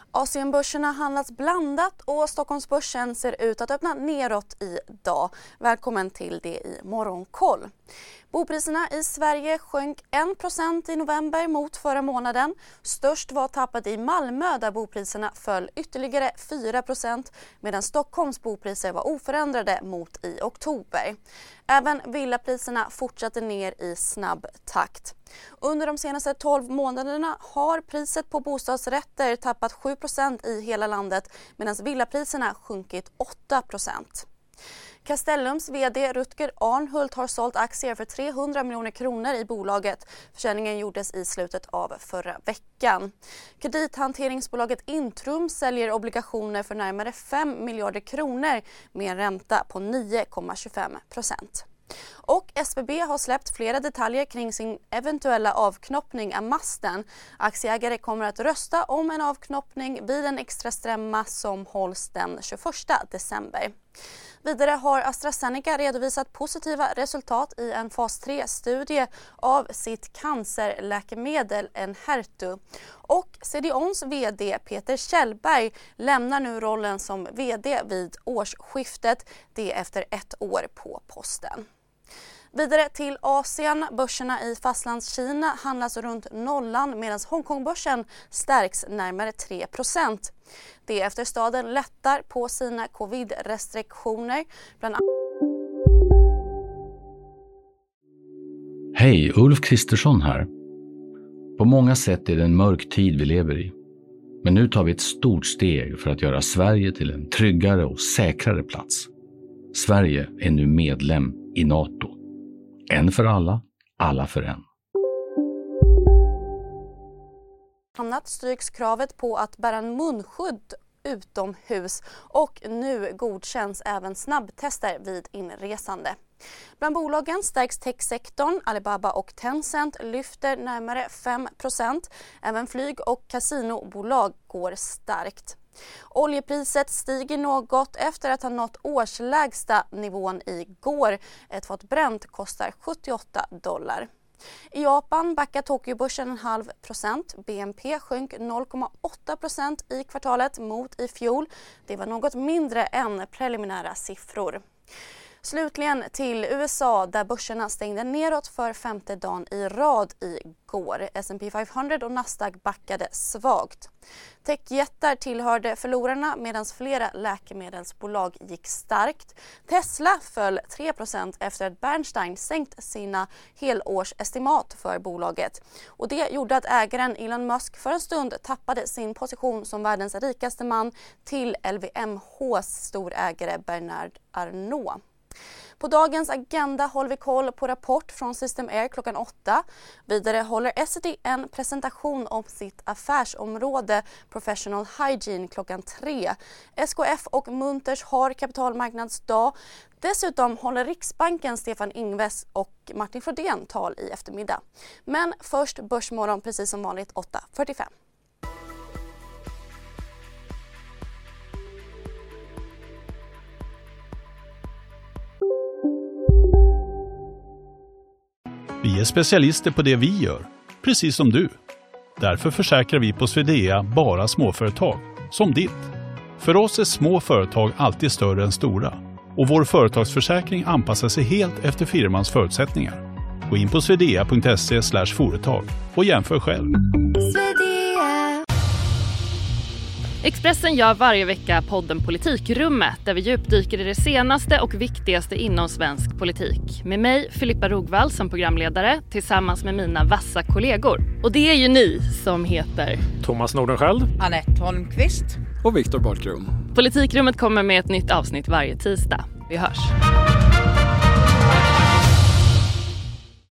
Asienbörserna handlas blandat och Stockholmsbörsen ser ut att öppna neråt idag. Välkommen till det i Morgonkoll. Bopriserna i Sverige sjönk 1% i november mot förra månaden. Störst var tappet i Malmö där bopriserna föll ytterligare 4% medan Stockholms bopriser var oförändrade mot i oktober. Även villapriserna fortsatte ner i snabb takt. Under de senaste 12 månaderna har priset på bostadsrätter tappat 7% i hela landet medan villapriserna sjunkit 8%. Castellums vd Rutger Arnhult har sålt aktier för 300 miljoner kronor i bolaget. Försäljningen gjordes i slutet av förra veckan. Kredithanteringsbolaget Intrum säljer obligationer för närmare 5 miljarder kronor med en ränta på 9,25%. Och SBB har släppt flera detaljer kring sin eventuella avknoppning av masten. Aktieägare kommer att rösta om en avknoppning vid en extra stämma som hålls den 21 december. Vidare har AstraZeneca redovisat positiva resultat i en fas 3-studie av sitt cancerläkemedel Enhertu. Och CDONs vd Peter Kjellberg lämnar nu rollen som vd vid årsskiftet, det efter 1 år på posten. Vidare till Asien. Börserna i fastlandskina handlas runt nollan medan Hongkongbörsen stärks närmare 3%. Det efter staden lättar på sina covid-restriktioner. Hej, Ulf Kristersson här. På många sätt är det en mörk tid vi lever i. Men nu tar vi ett stort steg för att göra Sverige till en tryggare och säkrare plats. Sverige är nu medlem i NATO. En för alla, alla för en. Annat stryks kravet på att bära en munskydd utomhus och nu godkänns även snabbtester vid inresande. Bland bolagen stärks techsektorn, Alibaba och Tencent lyfter närmare 5%. Även flyg- och kasinobolag går starkt. Oljepriset stiger något efter att ha nått årslägsta nivån igår. Ett fat Brent kostar $78. I Japan backar Tokyobörsen 0,5%. BNP sjönk 0,8% i kvartalet mot i fjol. Det var något mindre än preliminära siffror. Slutligen till USA där börserna stängde neråt för 5:e dagen i rad igår. S&P 500 och Nasdaq backade svagt. Techjättar tillhörde förlorarna medan flera läkemedelsbolag gick starkt. Tesla föll 3% efter att Bernstein sänkt sina helårsestimat för bolaget. Och det gjorde att ägaren Elon Musk för en stund tappade sin position som världens rikaste man till LVMHs storägare Bernard Arnault. På dagens agenda håller vi koll på rapport från System Air klockan 8. Vidare håller Essity en presentation om sitt affärsområde Professional Hygiene klockan 3. SKF och Munters har kapitalmarknadsdag. Dessutom håller Riksbanken Stefan Ingves och Martin Flodén tal i eftermiddag. Men först Börsmorgon precis som vanligt 8:45. Vi är specialister på det vi gör, precis som du. Därför försäkrar vi på Swedea bara småföretag, som ditt. För oss är små företag alltid större än stora. Och vår företagsförsäkring anpassar sig helt efter firmans förutsättningar. Gå in på swedea.se/företag och jämför själv. Expressen gör varje vecka podden Politikrummet där vi djupdyker i det senaste och viktigaste inom svensk politik. Med mig, Filippa Rogvall, som programledare tillsammans med mina vassa kollegor. Och det är ju ni som heter Thomas Nordenskjöld, Anette Holmqvist och Viktor Bartkron. Politikrummet kommer med ett nytt avsnitt varje tisdag. Vi hörs.